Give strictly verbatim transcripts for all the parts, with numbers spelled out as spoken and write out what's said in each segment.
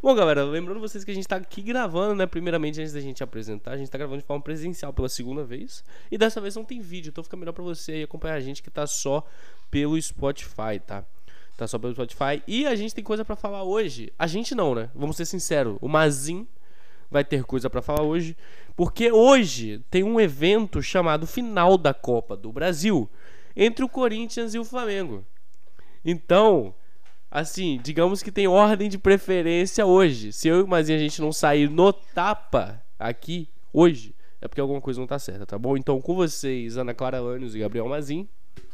Bom, galera, lembrando vocês que a gente tá aqui gravando, né? Primeiramente, antes da gente apresentar, a gente tá gravando de forma presencial pela segunda vez. E dessa vez não tem vídeo, então fica melhor pra você aí acompanhar a gente que tá só pelo Spotify, tá? Tá só pelo Spotify. E a gente tem coisa pra falar hoje. A gente não, né? Vamos ser sinceros. O Mazin vai ter coisa pra falar hoje. Porque hoje tem um evento chamado Final da Copa do Brasil entre o Corinthians e o Flamengo. Então, assim, digamos que tem ordem de preferência hoje. Se eu e o Mazin a gente não sair no tapa aqui hoje, é porque alguma coisa não tá certa, tá bom? Então, com vocês, Ana Clara Lânios e Gabriel Mazin.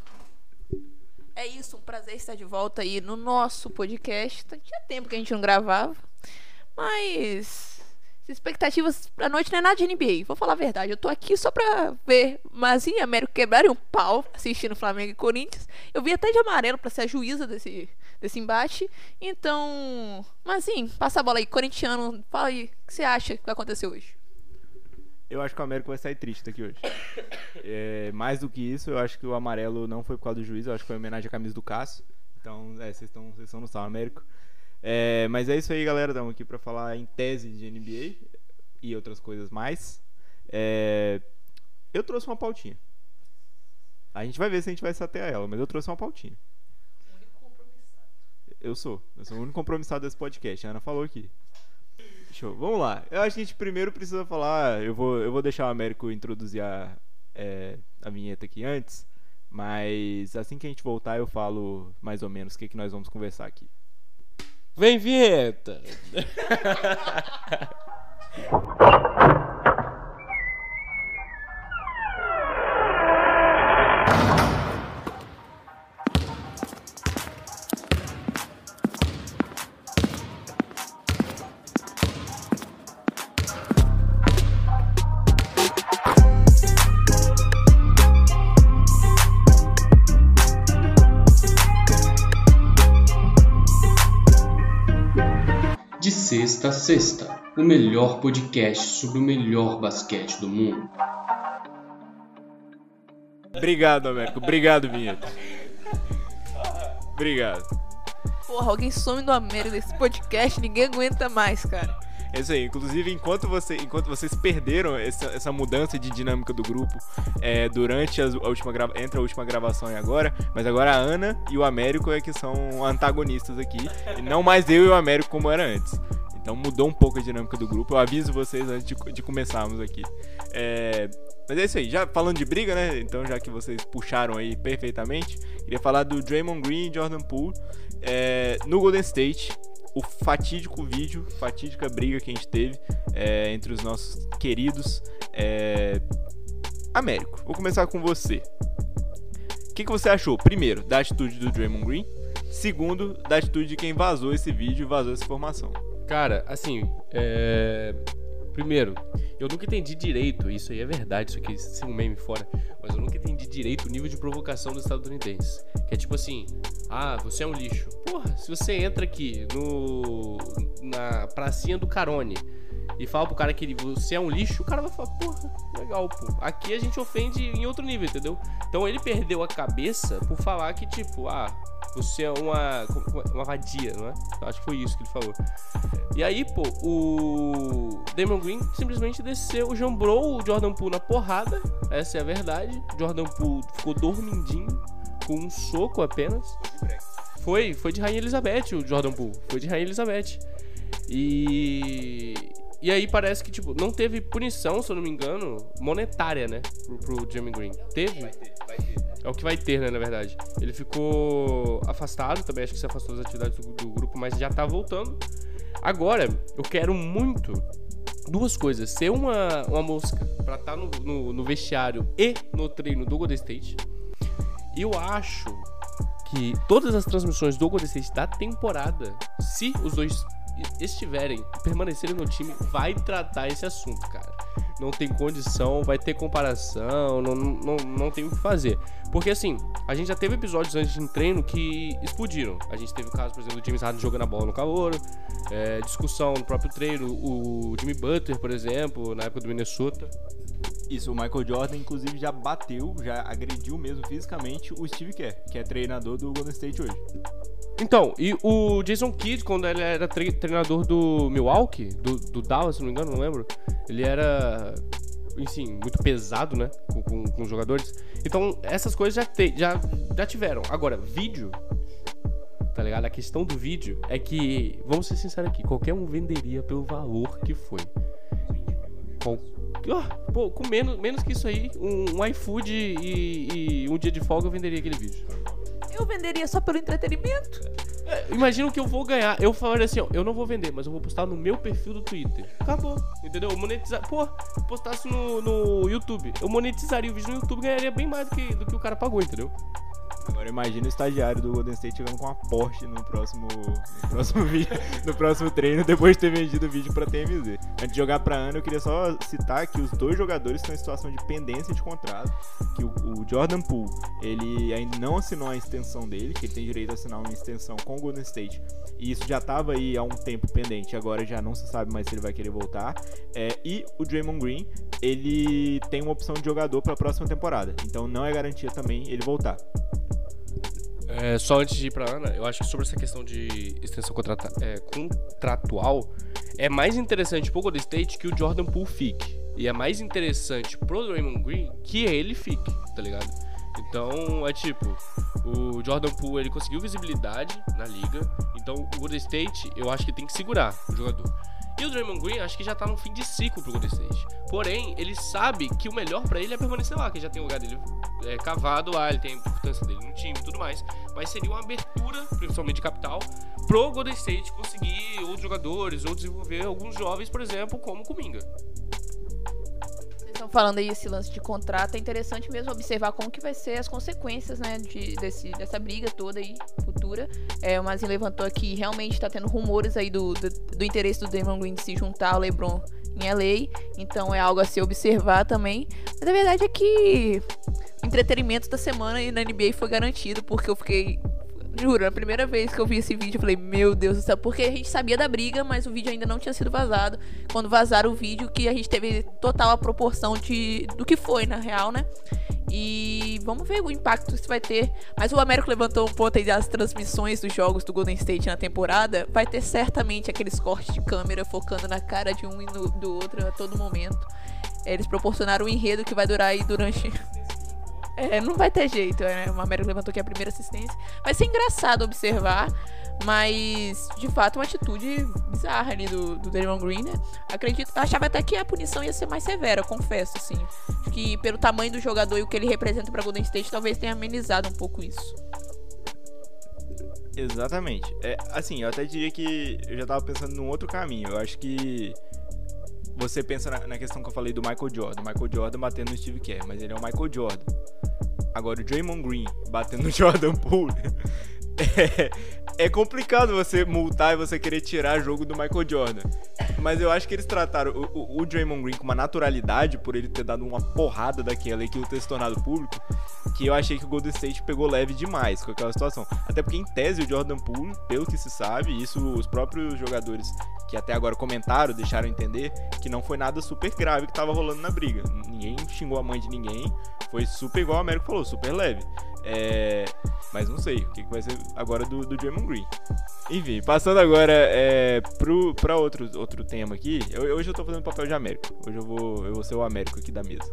É isso, um prazer estar de volta aí no nosso podcast. Tinha tempo que a gente não gravava, mas expectativas pra noite não é nada de N B A. Vou falar a verdade, eu tô aqui só pra ver Mazin e Américo quebrarem um pau assistindo Flamengo e Corinthians. Eu vim até de amarelo pra ser a juíza desse, desse embate. Então, Mazin, passa a bola aí, corintiano, fala aí, o que você acha que vai acontecer hoje? Eu acho que o Américo vai sair triste daqui hoje. É, mais do que isso, eu acho que o amarelo não foi por causa do juiz, eu acho que foi em homenagem à camisa do Cássio. Então, é, vocês estão vocês estão no sal, Américo. É, mas é isso aí, galera. Estamos aqui para falar em tese de N B A e outras coisas mais. É, eu trouxe uma pautinha. A gente vai ver se a gente vai satear ela, mas eu trouxe uma pautinha. O único compromissado. Eu sou. Eu sou o único compromissado desse podcast. A Ana falou aqui. Show. Vamos lá. Eu acho que a gente primeiro precisa falar. Eu vou, eu vou deixar o Américo introduzir a, é, a vinheta aqui antes. Mas assim que a gente voltar, eu falo mais ou menos o que, que nós vamos conversar aqui. Vem, vinheta! De sexta a sexta, o melhor podcast sobre o melhor basquete do mundo. Obrigado, Américo. Obrigado, vinheta. Obrigado. Porra, alguém some do Américo desse podcast, ninguém aguenta mais, cara. É isso aí. Inclusive, enquanto, você, enquanto vocês perderam essa, essa mudança de dinâmica do grupo é, durante as, a última grava, entre a última gravação e agora, mas agora a Ana e o Américo é que são antagonistas aqui, e não mais eu e o Américo como era antes. Então mudou um pouco a dinâmica do grupo. Eu aviso vocês antes de, de começarmos aqui. É, mas é isso aí. Já falando de briga, né? Então, já que vocês puxaram aí perfeitamente, queria falar do Draymond Green e Jordan Poole é, no Golden State. O fatídico vídeo, fatídica briga que a gente teve é, entre os nossos queridos é... Américo, vou começar com você. O que, que você achou, primeiro, da atitude do Draymond Green? Segundo, da atitude de quem vazou esse vídeo e vazou essa informação? Cara, assim, é... primeiro, eu nunca entendi direito, isso aí é verdade, isso aqui é um meme fora, mas eu nunca entendi direito o nível de provocação dos estadunidenses. Que é tipo assim, ah, você é um lixo. Porra, se você entra aqui no na pracinha do Carone e fala pro cara que você é um lixo, o cara vai falar, porra, legal, pô. Aqui a gente ofende em outro nível, entendeu? Então ele perdeu a cabeça por falar que, tipo, ah, você é uma, uma vadia, não é? Eu acho que foi isso que ele falou. E aí, pô, o Draymond Green simplesmente desceu, jambrou o Jordan Poole na porrada. Essa é a verdade. Jordan Poole ficou dormindinho, com um soco apenas. Foi, foi de Rainha Elizabeth o Jordan Poole. Foi de Rainha Elizabeth. E... E aí parece que, tipo, não teve punição, se eu não me engano, monetária, né? Pro, pro Draymond Green. Teve? Vai ter, vai ter. É o que vai ter, né, na verdade. Ele ficou afastado também, acho que se afastou das atividades do, do grupo, mas já tá voltando. Agora, eu quero muito duas coisas. Ser uma, uma mosca pra estar no, no, no vestiário e no treino do Golden State. E eu acho que todas as transmissões do Golden State da temporada, se os dois estiverem, permanecerem no time, vai tratar esse assunto, cara. Não tem condição, vai ter comparação, não, não, não tem o que fazer. Porque assim, a gente já teve episódios antes de treino que explodiram. A gente teve o caso, por exemplo, do James Harden jogando a bola no calor, é, discussão no próprio treino, o Jimmy Butler, por exemplo, na época do Minnesota. Isso, o Michael Jordan, inclusive, já bateu, já agrediu mesmo fisicamente o Steve Kerr, que é treinador do Golden State hoje. Então, e o Jason Kidd, quando ele era tre- treinador do Milwaukee, do, do Dallas, se não me engano, não lembro, ele era, enfim, muito pesado, né, com, com, com os jogadores. Então, essas coisas já, te, já, já tiveram. Agora, vídeo, tá ligado? A questão do vídeo é que, vamos ser sinceros aqui, qualquer um venderia pelo valor que foi. Qual, oh, pô, com menos, menos que isso aí, um, um iFood e, e um dia de folga eu venderia aquele vídeo. Eu venderia só pelo entretenimento. É, imagina o que eu vou ganhar. Eu falaria assim, ó, eu não vou vender, mas eu vou postar no meu perfil do Twitter. Acabou, entendeu? Eu monetizar. Pô, eu postasse no, no YouTube. Eu monetizaria o vídeo no YouTube, ganharia bem mais do que, do que o cara pagou, entendeu? Agora imagina o estagiário do Golden State chegando com uma Porsche no próximo, no próximo vídeo, no próximo treino, depois de ter vendido o vídeo pra T M Z. Antes de jogar pra Ana, eu queria só citar que os dois jogadores estão em situação de pendência de contrato, que o, o Jordan Poole, ele ainda não assinou a extensão dele, que ele tem direito a assinar uma extensão com o Golden State, e isso já tava aí há um tempo pendente, agora já não se sabe mais se ele vai querer voltar. É, e o Draymond Green, ele tem uma opção de jogador pra próxima temporada, então não é garantia também ele voltar. É, só antes de ir pra Ana, eu acho que sobre essa questão de extensão contrata- é, contratual, é mais interessante pro Golden State que o Jordan Poole fique. E é mais interessante pro Draymond Green que ele fique, tá ligado? Então, é tipo, o Jordan Poole, ele conseguiu visibilidade na liga, então o Golden State, eu acho que tem que segurar o jogador. E o Draymond Green, acho que já tá no fim de ciclo pro Golden State. Porém, ele sabe que o melhor pra ele é permanecer lá, que já tem o lugar dele é, cavado lá, ele tem a importância dele no time e tudo mais. Mas seria uma abertura, principalmente de capital, pro Golden State conseguir outros jogadores ou desenvolver alguns jovens, por exemplo, como o Kuminga. Vocês estão falando aí esse lance de contrato, é interessante mesmo observar como que vai ser as consequências, né, de, desse, dessa briga toda aí, futura. É, o Mazinho levantou aqui, realmente tá tendo rumores aí do, do, do interesse do Draymond Green de se juntar ao LeBron em L A, então é algo a se observar também. Mas a verdade é que o entretenimento da semana na N B A foi garantido, porque eu fiquei... Juro, a primeira vez que eu vi esse vídeo, eu falei, meu Deus do céu, porque a gente sabia da briga, mas o vídeo ainda não tinha sido vazado. Quando vazaram o vídeo, que a gente teve total a proporção de, do que foi, na real, né? E vamos ver o impacto que isso vai ter. Mas o Américo levantou um ponto aí das transmissões dos jogos do Golden State na temporada. Vai ter certamente aqueles cortes de câmera focando na cara de um e no, do outro a todo momento. Eles proporcionaram um enredo que vai durar aí durante... É, não vai ter jeito, né? O Américo levantou aqui a primeira assistência. Vai ser engraçado observar, mas de fato uma atitude bizarra ali do, do Draymond Green, né? Acredito, achava até que a punição ia ser mais severa, eu confesso, assim. Acho que pelo tamanho do jogador e o que ele representa pra Golden State, talvez tenha amenizado um pouco isso. Exatamente. É, assim, eu até diria que eu já tava pensando num outro caminho. Eu acho que você pensa na, na questão que eu falei do Michael Jordan. Michael Jordan batendo no Steve Kerr, mas ele é o Michael Jordan. Agora o Draymond Green batendo no Jordan Poole é, é complicado você multar e você querer tirar jogo do Michael Jordan. Mas eu acho que eles trataram o, o, o Draymond Green com uma naturalidade, por ele ter dado uma porrada daquela e aquilo ter se tornado público, que eu achei que o Golden State pegou leve demais com aquela situação. Até porque, em tese, o Jordan Poole, pelo que se sabe, isso os próprios jogadores que até agora comentaram, deixaram entender que não foi nada super grave que tava rolando na briga. Ninguém xingou a mãe de ninguém, foi super igual o Américo falou, super leve. É... Mas não sei o que vai ser agora do, do Draymond Green. Enfim, passando agora é, pro, pra outro, outro tema aqui. Eu, hoje eu tô fazendo papel de Américo. Hoje eu vou, eu vou ser o Américo aqui da mesa.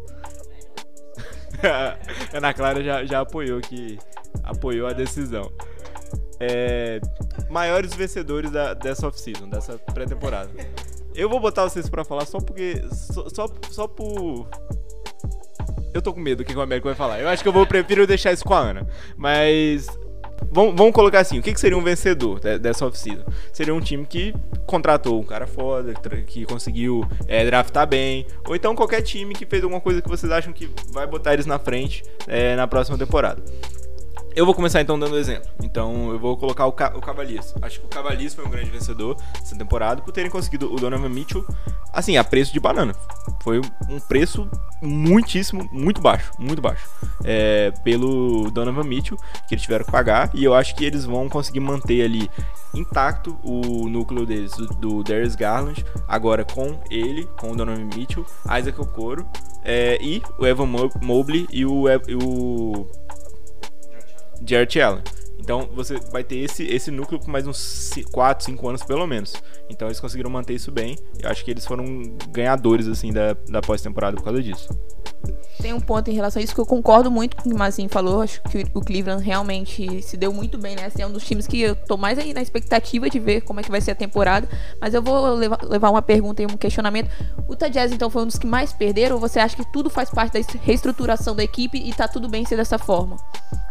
A Ana Clara já, já apoiou, que, apoiou a decisão. É, maiores vencedores da, dessa off-season, dessa pré-temporada. Eu vou botar vocês pra falar só porque... Só, só, só por... Eu tô com medo do que o Américo vai falar. Eu acho que eu vou prefiro deixar isso com a Ana. Mas... Vamos, vamos colocar assim, o que, que seria um vencedor dessa off-season? Seria um time que contratou um cara foda, que conseguiu é, draftar bem, ou então qualquer time que fez alguma coisa que vocês acham que vai botar eles na frente é, na próxima temporada. Eu vou começar então dando exemplo. Então eu vou colocar o, Ca- o Cavaliers. Acho que o Cavaliers foi um grande vencedor essa temporada por terem conseguido o Donovan Mitchell, assim, a preço de banana. Foi um preço muitíssimo, muito baixo, muito baixo, é, pelo Donovan Mitchell, que eles tiveram que pagar, e eu acho que eles vão conseguir manter ali intacto o núcleo deles, do, do Darius Garland, agora com ele, com o Donovan Mitchell, Isaac Okoro, é, e o Evan Mobley e o... E o Jarrett Allen. Então você vai ter esse, esse núcleo por mais uns quatro, cinco anos pelo menos. Então eles conseguiram manter isso bem. Eu acho que eles foram ganhadores assim da, da pós-temporada por causa disso. Tem um ponto em relação a isso que eu concordo muito com o que o Mazinho falou. Acho que o Cleveland realmente se deu muito bem, né? Assim, é um dos times que eu tô mais aí na expectativa de ver como é que vai ser a temporada. Mas eu vou levar, levar uma pergunta e um questionamento. O Utah Jazz, então, foi um dos que mais perderam? Ou você acha que tudo faz parte da reestruturação da equipe e tá tudo bem ser dessa forma?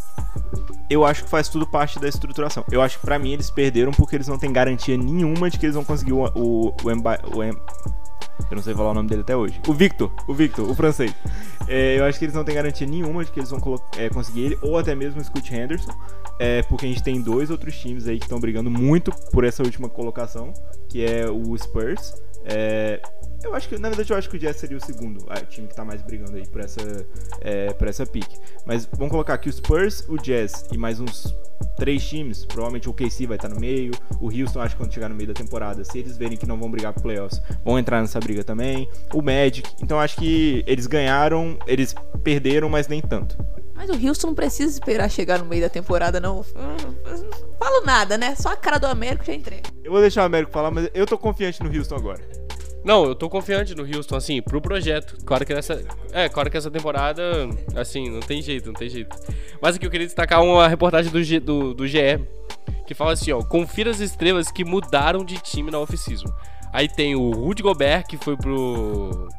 Eu acho que faz tudo parte da estruturação. Eu acho que pra mim eles perderam porque eles não têm garantia nenhuma de que eles vão conseguir o... o, o, Emba, o em, eu não sei falar o nome dele até hoje. O Victor, o Victor, o francês. É, eu acho que eles não têm garantia nenhuma de que eles vão é, conseguir ele, ou até mesmo o Scoot Henderson, é, porque a gente tem dois outros times aí que estão brigando muito por essa última colocação, que é o Spurs. É, eu acho que, na verdade, eu acho que o Jazz seria o segundo ah, time que tá mais brigando aí por essa, é, por essa pick. Mas vamos colocar aqui o Spurs, o Jazz e mais uns três times. Provavelmente o O K C vai estar no meio. O Houston, acho que quando chegar no meio da temporada, se eles verem que não vão brigar pro playoffs, vão entrar nessa briga também. O Magic. Então acho que eles ganharam, eles perderam, mas nem tanto. Mas o Houston não precisa esperar chegar no meio da temporada, não. Eu não falo nada, né? Só a cara do Américo já entrega. Eu vou deixar o Américo falar, mas eu tô confiante no Houston agora. Não, eu tô confiante no Houston, assim, pro projeto. Claro que nessa. É, claro que essa temporada, assim, não tem jeito, não tem jeito. Mas aqui eu queria destacar uma reportagem do, G, do, do G E, que fala assim, ó, confira as estrelas que mudaram de time na off-season. Aí tem o Rudy Gobert, que foi pro.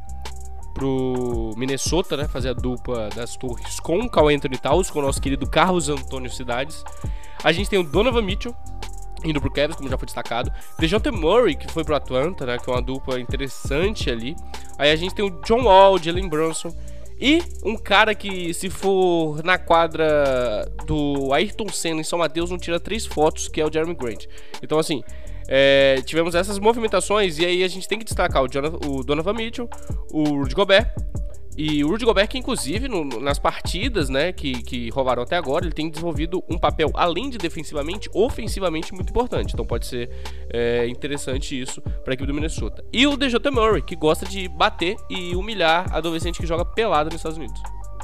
pro Minnesota, né, fazer a dupla das torres com o Karl Anthony Towns, com o nosso querido Carlos Antônio Cidades. A gente tem o Donovan Mitchell indo pro Cavs, como já foi destacado. DeJounte Murray, que foi pro Atlanta, né, que é uma dupla interessante ali. Aí a gente tem o John Wall, Jalen Brunson e um cara que, se for na quadra do Ayrton Senna em São Mateus, não tira três fotos, que é o Jeremy Grant. Então, assim, é, tivemos essas movimentações e aí a gente tem que destacar o, Jonathan, o Donovan Mitchell, o Rudy Gobert. E o Rudy Gobert, que inclusive no, nas partidas, né, que, que rolaram até agora, ele tem desenvolvido um papel, além de defensivamente, ofensivamente muito importante. Então pode ser é, interessante isso para a equipe do Minnesota. E o DeJounte Murray, que gosta de bater e humilhar adolescente que joga pelada nos Estados Unidos.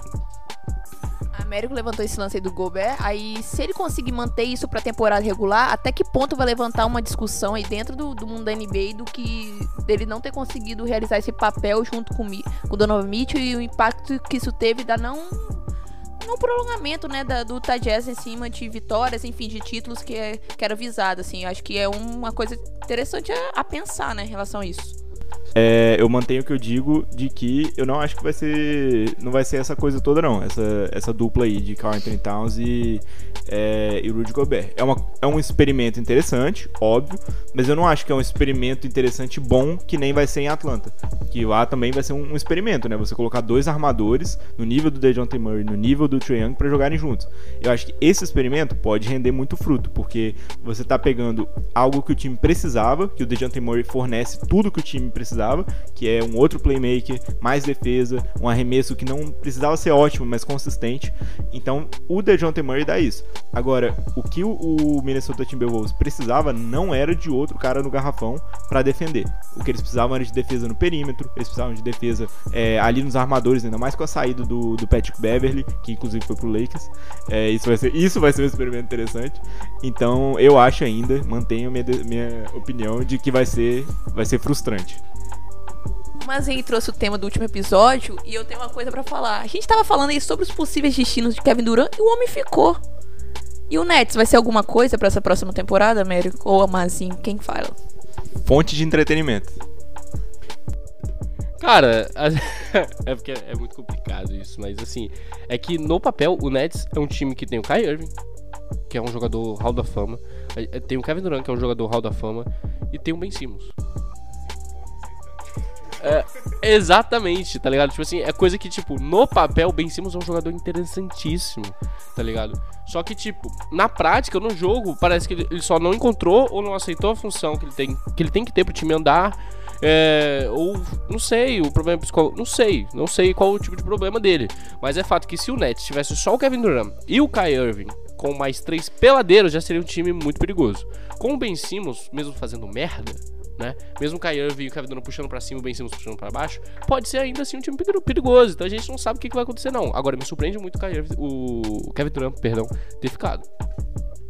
A Américo levantou esse lance aí do Gobert, aí se ele conseguir manter isso pra temporada regular, até que ponto vai levantar uma discussão aí dentro do, do mundo da N B A do que dele não ter conseguido realizar esse papel junto com, com o Donovan Mitchell e o impacto que isso teve da não, não prolongamento, né, da, do Utah Jazz em cima de vitórias, enfim, de títulos que, é, que era visado, assim. Eu acho que é uma coisa interessante a, a pensar, né, em relação a isso. É, eu mantenho o que eu digo de que eu não acho que vai ser, não vai ser essa coisa toda não, essa, essa dupla aí de Karl Anthony Towns e, é, e Rudy Gobert. É, uma, é um experimento interessante, óbvio, mas eu não acho que é um experimento interessante bom que nem vai ser em Atlanta, que lá também vai ser um, um experimento, né? Você colocar dois armadores no nível do DeJounte Murray, no nível do Trae Young pra jogarem juntos. Eu acho que esse experimento pode render muito fruto, porque você tá pegando algo que o time precisava, que o DeJounte Murray fornece tudo que o time precisava, que é um outro playmaker, mais defesa, um arremesso que não precisava ser ótimo, mas consistente. Então o DeJounte Murray dá isso. Agora, o que o Minnesota Timberwolves precisava não era de outro cara no garrafão para defender. O que eles precisavam era de defesa no perímetro, eles precisavam de defesa é, ali nos armadores, ainda mais com a saída do, do Patrick Beverley, que inclusive foi pro Lakers. É, isso, vai ser, isso vai ser um experimento interessante. Então eu acho ainda, mantenho minha, minha opinião de que vai ser, vai ser frustrante. Mas aí trouxe o tema do último episódio e eu tenho uma coisa pra falar. A gente tava falando aí sobre os possíveis destinos de Kevin Durant e o homem ficou. E o Nets vai ser alguma coisa pra essa próxima temporada, Américo? Ou Amazinho? Quem fala? Fonte de entretenimento. Cara, é porque é muito complicado isso, mas assim, é que no papel o Nets é um time que tem o Kyrie Irving, que é um jogador Hall da Fama, tem o Kevin Durant, que é um jogador Hall da Fama, e tem o Ben Simmons. É, exatamente, tá ligado? Tipo assim, é coisa que, tipo, no papel o Ben Simmons é um jogador interessantíssimo, tá ligado? Só que, tipo, na prática, no jogo, parece que ele só não encontrou ou não aceitou a função que ele tem que, ele tem que ter pro time andar. É, ou, não sei, o problema psicológico, não sei, não sei qual o tipo de problema dele. Mas é fato que se o Nets tivesse só o Kevin Durant e o Kyrie Irving com mais três peladeiros, já seria um time muito perigoso. Com o Ben Simmons, mesmo fazendo merda, né? Mesmo o Kyrie Irving e o Kevin Durant puxando pra cima, o Ben Simmons puxando pra baixo, pode ser ainda assim um time perigoso. Então a gente não sabe o que vai acontecer não. Agora me surpreende muito o, Kyrie, o Kevin Durant, perdão, ter ficado.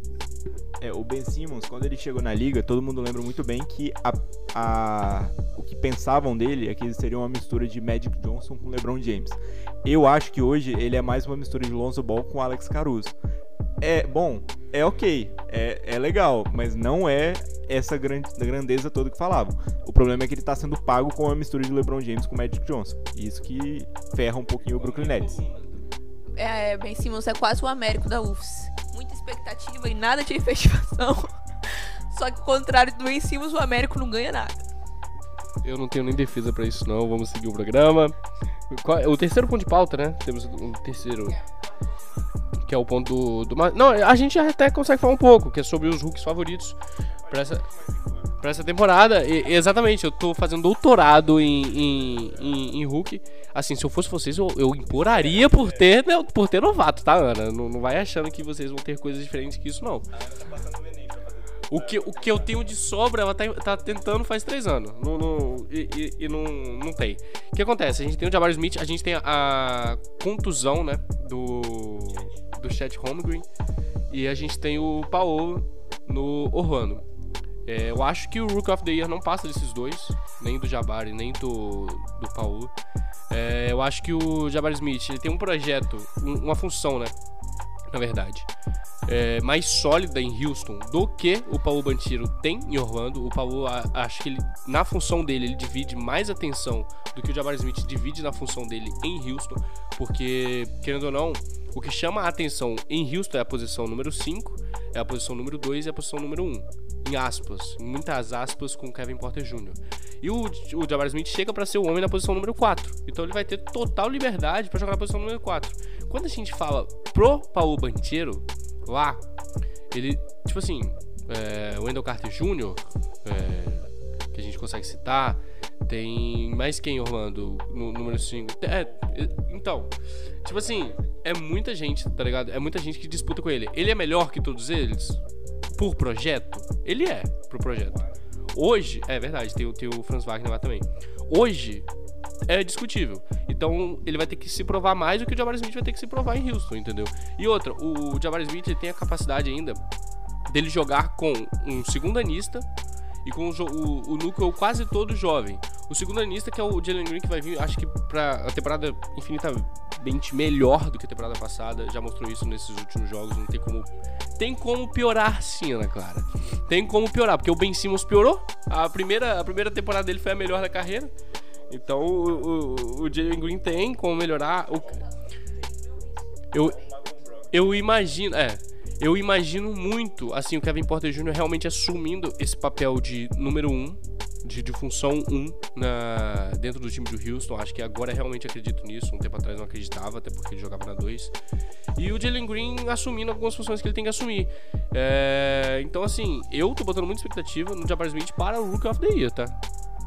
É, o Ben Simmons, quando ele chegou na liga, todo mundo lembra muito bem que a, a, o que pensavam dele é que ele seria uma mistura de Magic Johnson com LeBron James. Eu acho que hoje ele é mais uma mistura de Lonzo Ball com Alex Caruso. É, bom, é ok, é, é legal, mas não é essa grande, grandeza toda que falavam. O problema é que ele tá sendo pago com a mistura de LeBron James com Magic Johnson. Isso que ferra um pouquinho o Brooklyn Nets. É, Ben Simmons é quase o Américo da U F S. Muita expectativa e nada de efetivação. Só que ao contrário do Ben Simmons, o Américo não ganha nada. Eu não tenho nem defesa pra isso não, vamos seguir o programa. Qual- O terceiro ponto de pauta, né? Temos um terceiro, que é o ponto do, do... ma- Não, a gente até consegue falar um pouco, que é sobre os rookies favoritos pra essa, pra essa temporada. E, exatamente, eu tô fazendo doutorado em, em, em, em rookie. Assim, se eu fosse vocês, eu, eu imploraria por ter, né, por ter novato, tá, Ana? Não, não vai achando que vocês vão ter coisas diferentes que isso, não. O que, o que eu tenho de sobra, ela tá, tá tentando faz três anos. Não, não, e e, e não, não tem. O que acontece? A gente tem o Jabari Smith, a gente tem a, a contusão, né? Do, do Chet Holmgren. E a gente tem o Paolo no Orlando. É, eu acho que o Rookie of the Year não passa desses dois. Nem do Jabari, nem do, do Paolo. É, eu acho que o Jabari Smith, ele tem um projeto, um, uma função, né? Na verdade. É, mais sólida em Houston do que o Paolo Banchero tem em Orlando. O Paolo, a, acho que ele, na função dele, ele divide mais atenção do que o Jabari Smith divide na função dele em Houston, porque, querendo ou não, o que chama a atenção em Houston é a posição número cinco, é a posição número dois e a posição número um, em aspas, em muitas aspas, com o Kevin Porter Júnior E o, o Jabari Smith chega para ser o homem na posição número quatro, então ele vai ter total liberdade para jogar na posição número quatro. Quando a gente fala pro Paolo Banchero lá, ele, tipo assim, é, o Wendell Carter Júnior, é, que a gente consegue citar, tem mais quem, Orlando, no número cinco. É, então, tipo assim, é muita gente, tá ligado? É muita gente que disputa com ele. Ele é melhor que todos eles? Por projeto? Ele é, pro projeto. Hoje, é verdade, tem, tem o Franz Wagner lá também. Hoje, é discutível. Então ele vai ter que se provar mais do que o Jabari Smith vai ter que se provar em Houston, entendeu? E outra, o Jabari Smith, ele tem a capacidade ainda dele jogar com um segundanista e com o, o, o núcleo quase todo jovem. O segundanista, que é o Jalen Green, que vai vir, acho que pra a temporada infinitamente melhor do que a temporada passada. Já mostrou isso nesses últimos jogos. Não tem como... Tem como piorar sim, Ana Clara. Tem como piorar, porque o Ben Simmons piorou. A primeira, a primeira temporada dele foi a melhor da carreira. Então o, o, o Jalen Green tem como melhorar. O... Eu, eu imagino, é, eu imagino muito assim o Kevin Porter Júnior realmente assumindo esse papel de número um, de, de função um na, dentro do time do Houston. Acho que agora realmente acredito nisso. Um tempo atrás não acreditava, até porque ele jogava na dois. E o Jalen Green assumindo algumas funções que ele tem que assumir. É, então assim, eu tô botando muita expectativa no Jabari Smith para o Rookie of the Year, tá?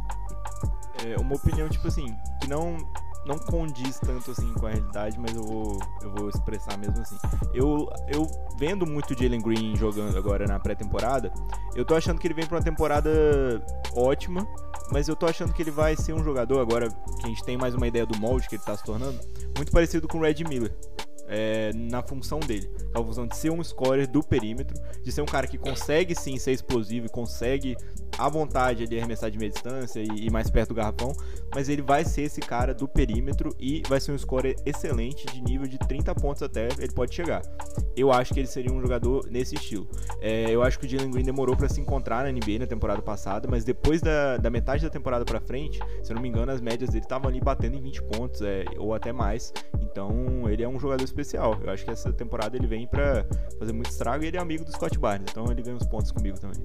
É uma opinião, tipo assim, que não, não condiz tanto assim com a realidade, mas eu vou, eu vou expressar mesmo assim. Eu, eu vendo muito o Jalen Green jogando agora na pré-temporada, eu tô achando que ele vem pra uma temporada ótima, mas eu tô achando que ele vai ser um jogador, agora que a gente tem mais uma ideia do molde que ele tá se tornando, muito parecido com o Red Miller. É, na função dele, a função de ser um scorer do perímetro, de ser um cara que consegue sim ser explosivo e consegue à vontade ali arremessar de meia distância e ir mais perto do garrafão, mas ele vai ser esse cara do perímetro e vai ser um scorer excelente de nível de trinta pontos até ele pode chegar. Eu acho que ele seria um jogador nesse estilo. É, eu acho que o Jalen Green demorou pra se encontrar na N B A na temporada passada, mas depois da, da metade da temporada pra frente, se eu não me engano, as médias dele estavam ali batendo em vinte pontos, é, ou até mais. Então ele é um jogador especial. Eu acho que essa temporada ele vem pra fazer muito estrago e ele é amigo do Scott Barnes, então ele ganha uns pontos comigo também.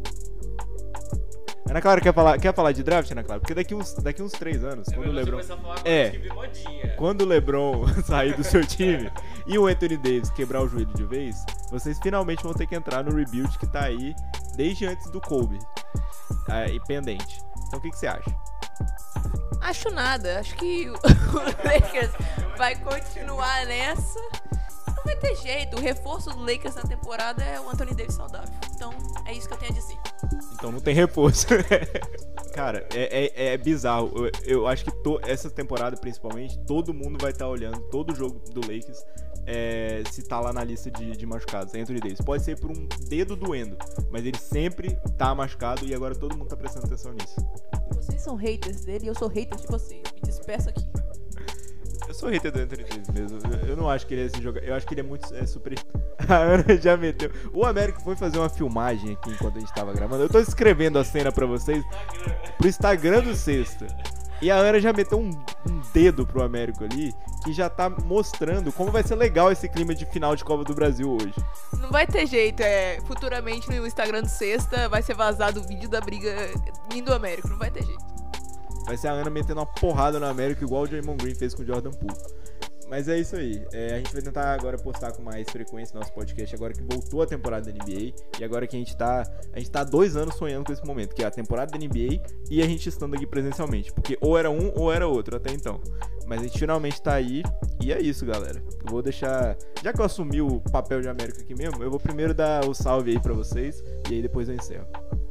Ana Clara, quer falar, quer falar de draft, Ana Clara? Porque daqui uns, daqui uns três anos, quando o LeBron... É, quando o LeBron sair do seu time e o Anthony Davis quebrar o joelho de vez, vocês finalmente vão ter que entrar no rebuild que tá aí desde antes do Kobe, é, e pendente. Então o que, que você acha? Acho nada. Acho que o Lakers vai continuar nessa. Não vai ter jeito. O reforço do Lakers na temporada é o Anthony Davis saudável. Então, é isso que eu tenho a dizer. Então não tem reforço. Cara, é, é, é bizarro. Eu, eu acho que to, essa temporada, principalmente, todo mundo vai estar olhando todo o jogo do Lakers é, se tá lá na lista de, de machucados, Anthony Davis. Pode ser por um dedo doendo, mas ele sempre tá machucado e agora todo mundo tá prestando atenção nisso. Vocês são haters dele e eu sou hater de vocês. Me despeço aqui. Eu sou hater do Anthony Davis mesmo. Eu, eu não acho que ele é esse jogador. Eu acho que ele é muito é, super. A Ana já meteu. O Américo foi fazer uma filmagem aqui enquanto a gente tava gravando. Eu tô escrevendo a cena pra vocês pro Instagram do Sexta. E a Ana já meteu um, um dedo pro Américo ali, que já tá mostrando como vai ser legal esse clima de final de Copa do Brasil hoje. Não vai ter jeito, é. Futuramente no Instagram do Sexta vai ser vazado o vídeo da briga indo do Américo. Não vai ter jeito. Vai ser a Ana metendo uma porrada no Américo, igual o Draymond Green fez com o Jordan Poole. Mas é isso aí. É, a gente vai tentar agora postar com mais frequência nosso podcast, agora que voltou a temporada da N B A. E agora que a gente tá. A gente tá há dois anos sonhando com esse momento, que é a temporada da N B A e a gente estando aqui presencialmente. Porque ou era um ou era outro até então. Mas a gente finalmente tá aí. E é isso, galera. Eu vou deixar. Já que eu assumi o papel de América aqui mesmo, eu vou primeiro dar o salve aí pra vocês. E aí depois eu encerro.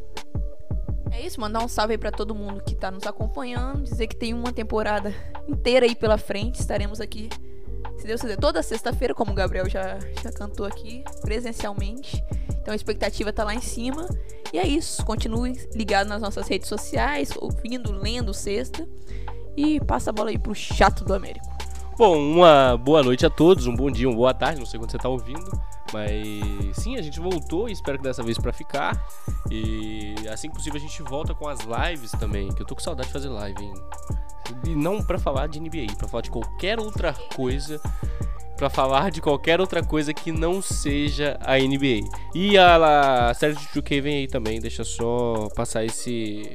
É isso, mandar um salve aí pra todo mundo que tá nos acompanhando, dizer que tem uma temporada inteira aí pela frente, estaremos aqui, se Deus quiser, toda sexta-feira, como o Gabriel já, já cantou aqui, presencialmente, então a expectativa tá lá em cima, e é isso, continue ligado nas nossas redes sociais, ouvindo, lendo Sexta, e passa a bola aí pro chato do Américo. Bom, uma boa noite a todos, um bom dia, uma boa tarde, não sei quando você tá ouvindo. Mas sim, a gente voltou e espero que dessa vez pra ficar. E assim que possível a gente volta com as lives também, que eu tô com saudade de fazer live, hein? E não pra falar de N B A, pra falar de qualquer outra coisa. Pra falar de qualquer outra coisa que não seja a N B A. E a, a série de dois K vem aí também, deixa só passar esse...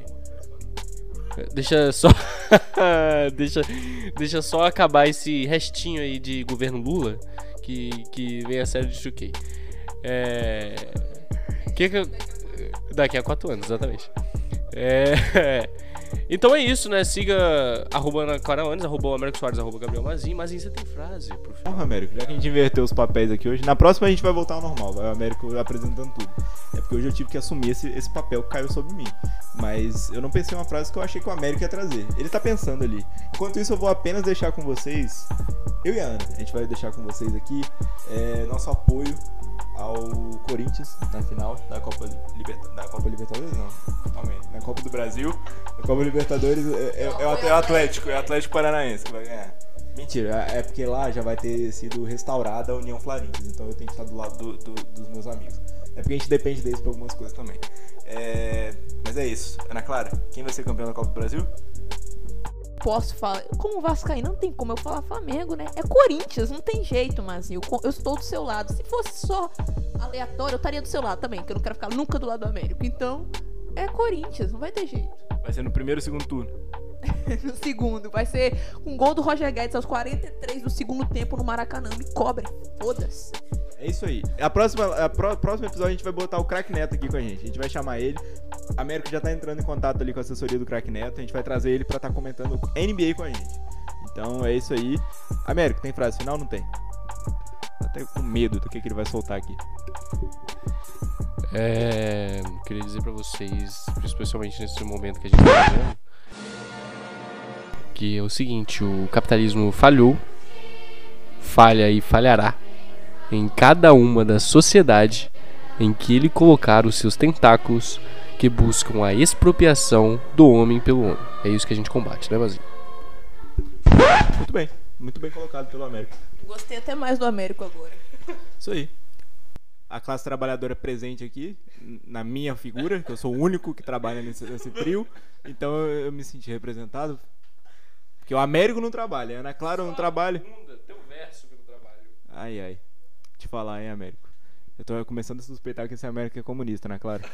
Deixa só... deixa, deixa só acabar esse restinho aí de governo Lula. Que, que vem a série de dois K. É... Que que eu... Daqui a quatro anos, exatamente. É... Então é isso, né? Siga arroba Ana Clara Anes, arroba Américo Soares, arroba Gabriel Mazin. Mazin, você tem frase pro final? Porra, Américo, já que a gente inverteu os papéis aqui hoje, na próxima a gente vai voltar ao normal, vai o Américo apresentando tudo. É porque hoje eu tive que assumir esse, esse papel que caiu sobre mim. Mas eu não pensei em uma frase que eu achei que o Américo ia trazer. Ele tá pensando ali. Enquanto isso, eu vou apenas deixar com vocês, eu e a Ana, a gente vai deixar com vocês aqui é, nosso apoio ao Corinthians na final da Copa, Liberta... da Copa Libertadores, não, calma aí, na Copa do Brasil. A Copa Libertadores é, é, é, o, é o Atlético, é o Atlético Paranaense que vai ganhar. Mentira, é porque lá já vai ter sido restaurada a União Florentes, então eu tenho que estar do lado do, do, dos meus amigos. É porque a gente depende deles pra algumas coisas também. É... Mas é isso. Ana Clara, quem vai ser campeão da Copa do Brasil? Posso falar, como Vascaíno, não tem como eu falar Flamengo, né? É Corinthians, não tem jeito, mas eu, eu estou do seu lado. Se fosse só aleatório, eu estaria do seu lado também, que eu não quero ficar nunca do lado do Américo. Então, é Corinthians, não vai ter jeito. Vai ser no primeiro ou segundo turno? No segundo, vai ser um gol do Roger Guedes aos quarenta e três do segundo tempo no Maracanã. Me cobrem, foda-se. É isso aí. A próxima, a pró, próximo episódio a gente vai botar o Craque Neto aqui com a gente. A gente vai chamar ele. A Américo já tá entrando em contato ali com a assessoria do Craque Neto. A gente vai trazer ele pra estar tá comentando N B A com a gente. Então é isso aí. Américo, tem frase final? Não tem? Até com medo do que, que ele vai soltar aqui. É... Queria dizer pra vocês, especialmente nesse momento que a gente tá vivendo, que é o seguinte: o capitalismo falhou, falha e falhará em cada uma das sociedades em que ele colocar os seus tentáculos que buscam a expropriação do homem pelo homem. É isso que a gente combate, né, Mazinho? Muito bem, muito bem colocado pelo Américo. Gostei até mais do Américo agora. Isso aí. A classe trabalhadora presente aqui, na minha figura, que eu sou o único que trabalha nesse, nesse trio, então eu, eu me senti representado. Porque o Américo não trabalha, a Ana Clara não trabalha. Tem um verso que eu não trabalho. Ai, ai. Te falar, hein, Américo. Eu tô começando a suspeitar que esse Américo é comunista, né, claro?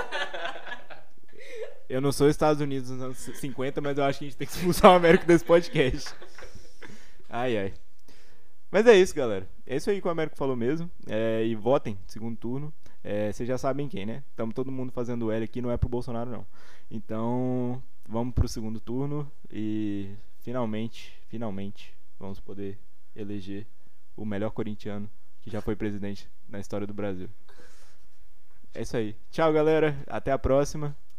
Eu não sou Estados Unidos nos anos cinquenta, mas eu acho que a gente tem que expulsar o Américo desse podcast. Ai, ai. Mas é isso, galera. É isso aí que o Américo falou mesmo. É, e votem, segundo turno. É, vocês já sabem quem, né? Estamos todo mundo fazendo L aqui, não é pro Bolsonaro, não. Então, vamos pro segundo turno e finalmente, finalmente, vamos poder eleger o melhor corintiano que já foi presidente na história do Brasil. É isso aí. Tchau, galera. Até a próxima.